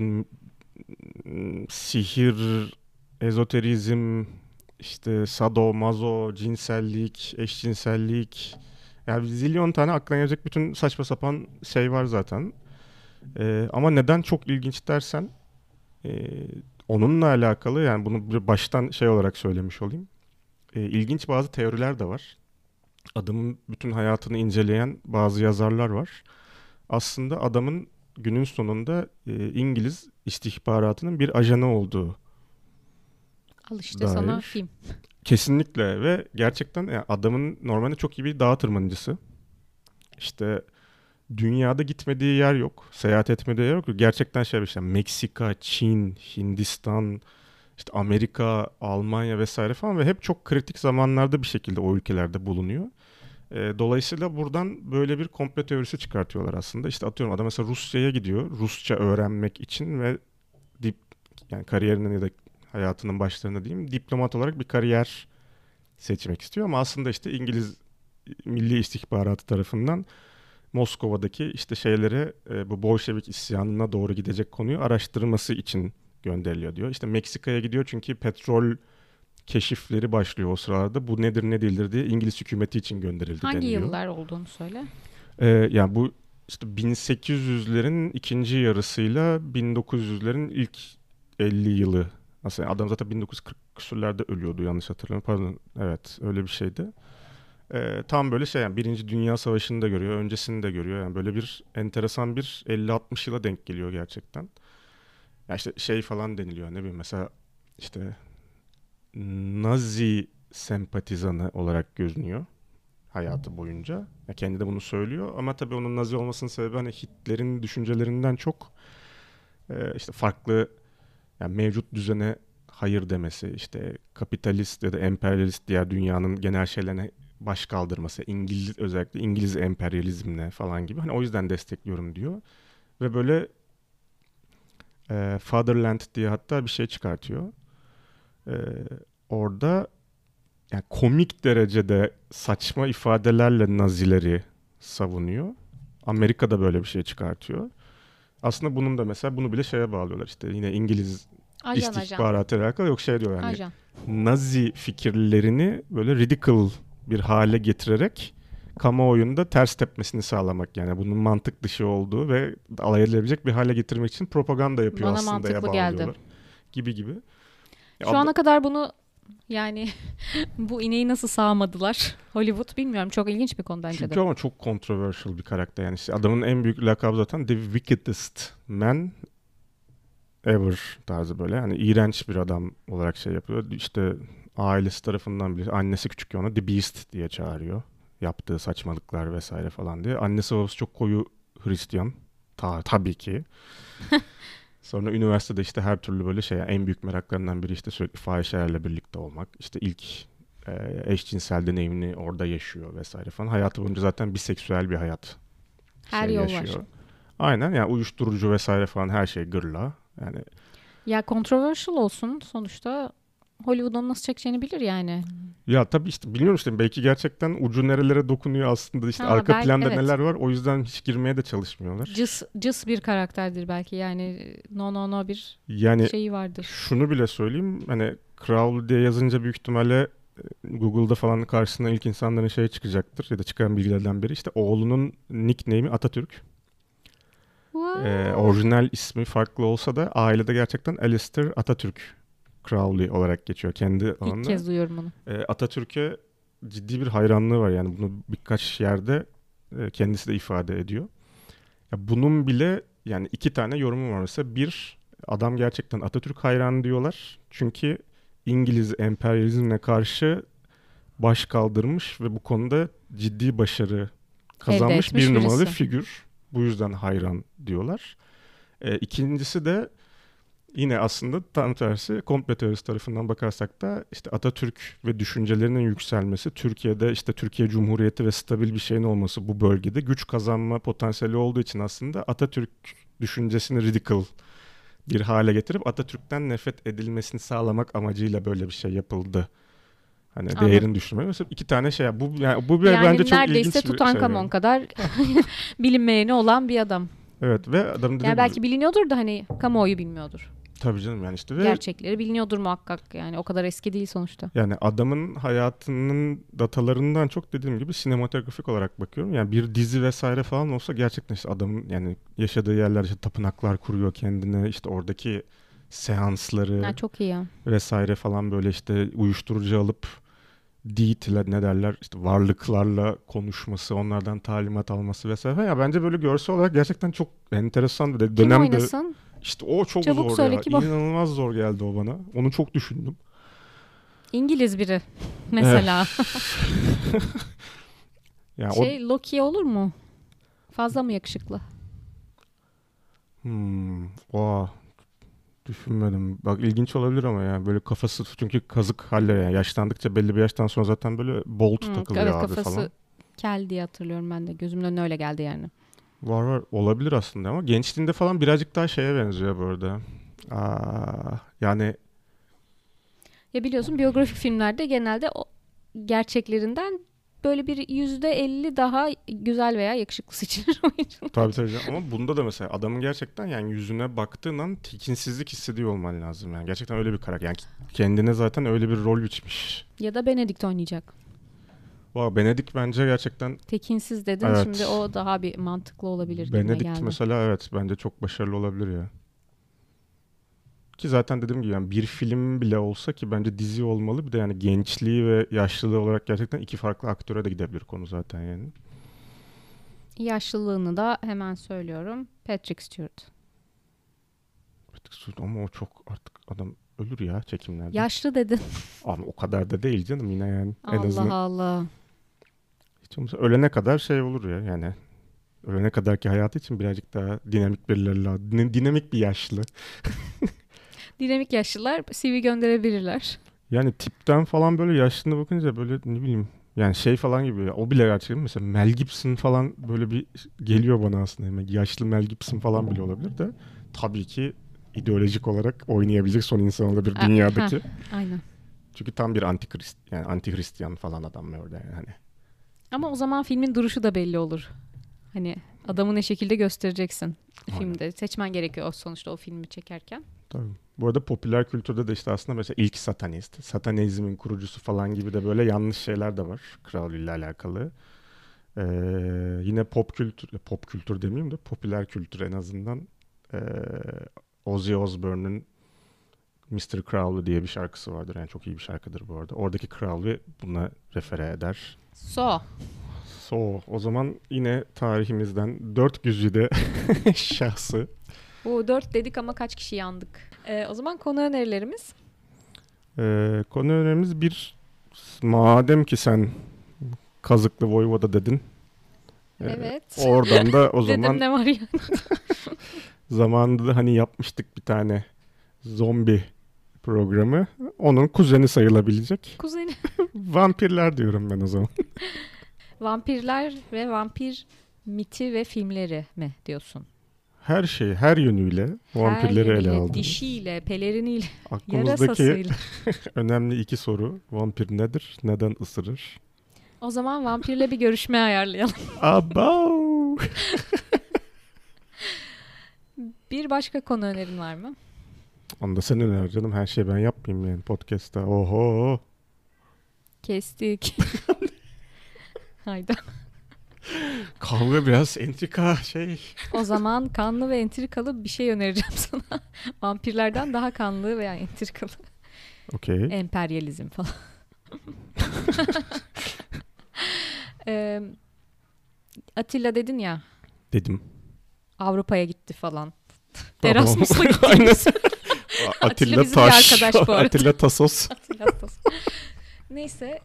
sihir, ezoterizm, işte sado, mazo, cinsellik, eşcinsellik. Yani zilyon tane aklına gelecek bütün saçma sapan şey var zaten. Ama neden çok ilginç dersen e, onunla alakalı yani bunu bir baştan şey olarak söylemiş olayım. İlginç bazı teoriler de var. Adamın bütün hayatını inceleyen bazı yazarlar var. Aslında adamın günün sonunda İngiliz istihbaratının bir ajanı olduğu Al işte sana dair. film. Kesinlikle ve gerçekten yani adamın normalde çok iyi bir dağ tırmanıcısı. İşte dünyada gitmediği yer yok. Seyahat etmediği yer yok. Gerçekten şey işte Meksika, Çin, Hindistan, işte Amerika, Almanya vesaire falan ve hep çok kritik zamanlarda bir şekilde o ülkelerde bulunuyor. Dolayısıyla buradan böyle bir komplo teorisi çıkartıyorlar aslında. İşte atıyorum adam mesela Rusya'ya gidiyor. Rusça öğrenmek için ve dip, yani kariyerinin ya da hayatının başlarında diyeyim diplomat olarak bir kariyer seçmek istiyor ama aslında işte İngiliz Milli İstihbaratı tarafından Moskova'daki işte şeylere bu Bolşevik isyanına doğru gidecek konuyu araştırması için gönderiliyor diyor. İşte Meksika'ya gidiyor çünkü petrol keşifleri başlıyor o sırada. Bu nedir ne değildir diye İngiliz hükümeti için gönderildi Hangi deniliyor. yıllar olduğunu söyle. Yani bu işte 1800'lerin ikinci yarısıyla 1900'lerin ilk 50 yılı. Aslında adam zaten 1940 küsurlarda ölüyordu yanlış hatırlamıyorum. Pardon evet öyle bir şeydi. Tam böyle şey yani Birinci Dünya Savaşı'nı da görüyor, öncesini de görüyor. Yani böyle bir enteresan bir 50-60 yıla denk geliyor gerçekten. Ya işte şey falan deniliyor ne bileyim mesela işte Nazi sempatizanı olarak görünüyor hayatı boyunca. Ya kendi de bunu söylüyor ama tabii onun Nazi olmasının sebebi hani Hitler'in düşüncelerinden çok işte farklı yani mevcut düzene hayır demesi, işte kapitalist ya da emperyalist diğer dünyanın genel şeylerine baş kaldırması, özellikle İngiliz emperyalizmine falan gibi. Hani o yüzden destekliyorum diyor. Ve böyle Fatherland diye hatta bir şey çıkartıyor. E, Orada yani komik derecede saçma ifadelerle Nazileri savunuyor. Amerika'da böyle bir şey çıkartıyor. Aslında bunun da mesela bunu bile şeye bağlıyorlar işte yine İngiliz Ajan. istihbaratı alakalı yok şey diyor yani Ajan. Nazi fikirlerini böyle ridicule bir hale getirerek kamuoyunda ters tepmesini sağlamak, yani bunun mantık dışı olduğu ve alay edilebilecek bir hale getirmek için propaganda yapıyor Bana aslında ya mantıklı geldi. bağlıyorlar gibi gibi. Şu ana kadar bunu yani bu ineği nasıl sağmadılar Hollywood bilmiyorum. Çok ilginç bir konu bence Çünkü de. ama çok controversial bir karakter. Yani işte adamın en büyük lakabı zaten The Wickedest Man Ever tarzı böyle. Yani iğrenç bir adam olarak şey yapıyor. İşte ailesi tarafından bile, annesi küçükken ona The Beast diye çağırıyor. Yaptığı saçmalıklar vesaire falan diye. Annesi babası çok koyu Hristiyan. Tabii ki. Sonra üniversitede işte her türlü böyle şey, en büyük meraklarından biri işte sürekli fahişelerle birlikte olmak. İşte ilk eşcinsel deneyimini orada yaşıyor vesaire falan. Hayatı boyunca zaten biseksüel bir hayat Her şey yol yaşıyor. var. Aynen, yani uyuşturucu vesaire falan her şey gırla. Yani Ya controversial olsun sonuçta Hollywood onu nasıl çekeceğini bilir yani. ya tabii işte bilmiyorum, işte belki gerçekten ucu nerelere dokunuyor aslında, işte arka belki, planda evet. neler var, o yüzden hiç girmeye de çalışmıyorlar. Cıs bir karakterdir belki yani no bir Yani şeyi vardır. şunu bile söyleyeyim, hani Crowley diye yazınca büyük ihtimalle Google'da falan karşısına ilk insanların şey çıkacaktır ya da çıkan bilgilerden biri işte oğlunun nickname'i Atatürk. Orijinal ismi farklı olsa da ailede gerçekten Alistair Atatürk Crowley olarak geçiyor kendi alanında. İlk kez duyuyorum bunu. Atatürk'e ciddi bir hayranlığı var, yani bunu birkaç yerde kendisi de ifade ediyor. Ya bunun bile yani iki tane yorumu var mesela. Bir, adam gerçekten Atatürk hayranı diyorlar. Çünkü İngiliz emperyalizmine karşı baş kaldırmış ve bu konuda ciddi başarı kazanmış etmiş bir numaralı birisi. figür. Bu yüzden hayran diyorlar. İkincisi de yine aslında tam tersi, komplo teorisi tarafından bakarsak da işte Atatürk ve düşüncelerinin yükselmesi, Türkiye'de işte Türkiye Cumhuriyeti ve stabil bir şeyin olması bu bölgede güç kazanma potansiyeli olduğu için aslında Atatürk düşüncesini ridicule bir hale getirip Atatürk'ten nefret edilmesini sağlamak amacıyla böyle bir şey yapıldı. Hani Anladım. değerini düşürmek. Mesela iki tane şey. Bu Yani bence çok ilginç neredeyse bir şey. Tutankamon Yani. kadar bilinmeyeni olan bir adam. Evet ve adam dediğim Yani gibi, belki biliniyordur da hani kamuoyu bilmiyordur. tabii canım yani işte ve Gerçekleri biliniyordur muhakkak yani o kadar eski değil sonuçta. yani adamın hayatının datalarından çok dediğim gibi sinematografik olarak bakıyorum. Yani bir dizi vesaire falan olsa gerçekten işte adamın yani yaşadığı yerler, işte tapınaklar kuruyor kendine, işte oradaki seansları Çok iyi ya. vesaire falan, böyle işte uyuşturucu alıp deit'le ne derler işte varlıklarla konuşması, onlardan talimat alması vesaire. Ya bence böyle görsel olarak gerçekten çok enteresan bir Kim dönemde. oynasın? İşte o çok Çabuk zor söyle ya. kim o? İnanılmaz zor geldi o bana. Onu çok düşündüm. İngiliz biri mesela. Yani Loki olur mu? Fazla mı yakışıklı? o düşünmedim. Bak ilginç olabilir ama ya böyle kafası, çünkü kazık haller yani, yaşlandıkça belli bir yaştan sonra zaten böyle bolt takılıyor Evet, abi kafası falan. kel diye hatırlıyorum ben de. Gözümün önüne öyle geldi yani. Var olabilir aslında ama gençliğinde falan birazcık daha şeye benziyor bu arada. Yani Ya biliyorsun biyografik filmlerde genelde o gerçeklerinden böyle bir %50 daha güzel veya yakışıklı seçilir oyuncular. tabii canım. Ama bunda da mesela adamın gerçekten yani yüzüne baktığın an tekinsizlik hissediyor olman lazım yani. Gerçekten öyle bir karakter. Yani kendine zaten öyle bir rol biçmiş. Ya da Benedict oynayacak. Benedict bence gerçekten, Tekinsiz dedin, evet. şimdi o daha bir mantıklı olabilir gibime Benedict geldi. mesela evet bence çok başarılı olabilir ya. Ki zaten dediğim gibi yani bir film bile olsa, ki bence dizi olmalı. Bir de yani gençliği ve yaşlılığı olarak gerçekten iki farklı aktöre de gidebilir konu zaten yani. Yaşlılığını da hemen söylüyorum. Patrick Stewart. Ama o çok artık adam ölür ya çekimlerde. Yaşlı dedin. Ama o kadar da değil canım yine yani. En Allah azından Allah. hiç olmazsa ölene kadar şey olur ya yani. Ölene kadarki hayatı için birazcık daha dinamik birileri lazım. Dinamik bir yaşlı. Dinamik yaşlılar CV gönderebilirler. Yani tipten falan böyle yaşlına bakınca böyle ne bileyim. Yani şey falan gibi ya. O bile gerçekten mesela Mel Gibson falan böyle bir geliyor bana aslında. Yani yaşlı Mel Gibson falan bile olabilir de. Tabii ki ideolojik olarak oynayabilecek son insan olabilir dünyadaki. Aynen. Çünkü tam bir antikrist, yani anti-Hristiyan falan adam orada yani. Ama o zaman filmin duruşu da belli olur. Hani adamı ne şekilde göstereceksin filmde. Aynen. Seçmen gerekiyor sonuçta o filmi çekerken. Tabii. Bu arada popüler kültürde de işte aslında mesela ilk satanist, satanizmin kurucusu falan gibi de böyle yanlış şeyler de var Crowley ile alakalı. Yine pop kültür demeyeyim de popüler kültür en azından. Ozzy Osbourne'un Mr. Crowley diye bir şarkısı vardır. Yani çok iyi bir şarkıdır bu arada. Oradaki Crowley buna refere eder. O zaman yine tarihimizden 4 güzide şahsı. 4 dedik ama kaç kişi yandık. O zaman konu önerilerimiz. Konu önerimiz bir, madem ki sen Kazıklı Voyvoda dedin. Evet. Oradan da o zaman dedim ne var ya. zamanında hani yapmıştık bir tane zombi programı. Onun kuzeni sayılabilecek. Kuzeni. Vampirler diyorum ben o zaman. Vampirler ve vampir miti ve filmleri mi diyorsun? Her şey, her yönüyle vampirleri ele aldım. Dişiyle, peleriniyle, Aklımızdaki yarasasıyla. önemli 2 soru. Vampir nedir? Neden ısırır? O zaman vampirle bir görüşme ayarlayalım. Abav! Bir başka konu önerin var mı? Onu da sen öner canım. Her şeyi ben yapmayayım yani podcast'ta. Oho! Kestik. Hayda. Kavga biraz entrika şey. O zaman kanlı ve entrikalı bir şey önereceğim sana. Vampirlerden daha kanlı veya entrikalı. Okey. Emperyalizm falan. Atilla dedin ya. Dedim. Avrupa'ya gitti falan. Tamam. Erasmus'a gitti. Aynen. Atilla bizim bir arkadaş bu arada. Atilla Tasos. Neyse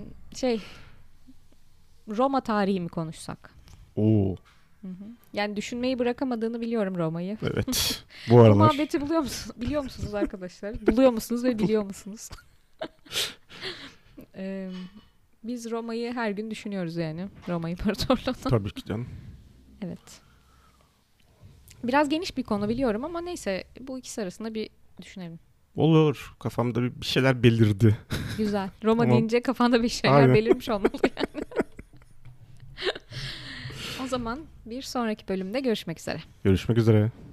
Roma tarihi mi konuşsak? Oo. Hı. Yani düşünmeyi bırakamadığını biliyorum Roma'yı. Evet. Bu Bu aralar. muhabbeti biliyor musunuz arkadaşlar? Buluyor musunuz ve biliyor musunuz? Biz Roma'yı her gün düşünüyoruz yani. Roma İmparatorluğu'nu. Tabii ki canım. Evet. Biraz geniş bir konu biliyorum ama neyse bu ikisi arasında bir düşünelim. Olur. Kafamda bir şeyler belirdi. Güzel. Roma Tamam. deyince kafanda bir şeyler Aynen. belirmiş olmalı yani. O zaman bir sonraki bölümde görüşmek üzere. Görüşmek üzere.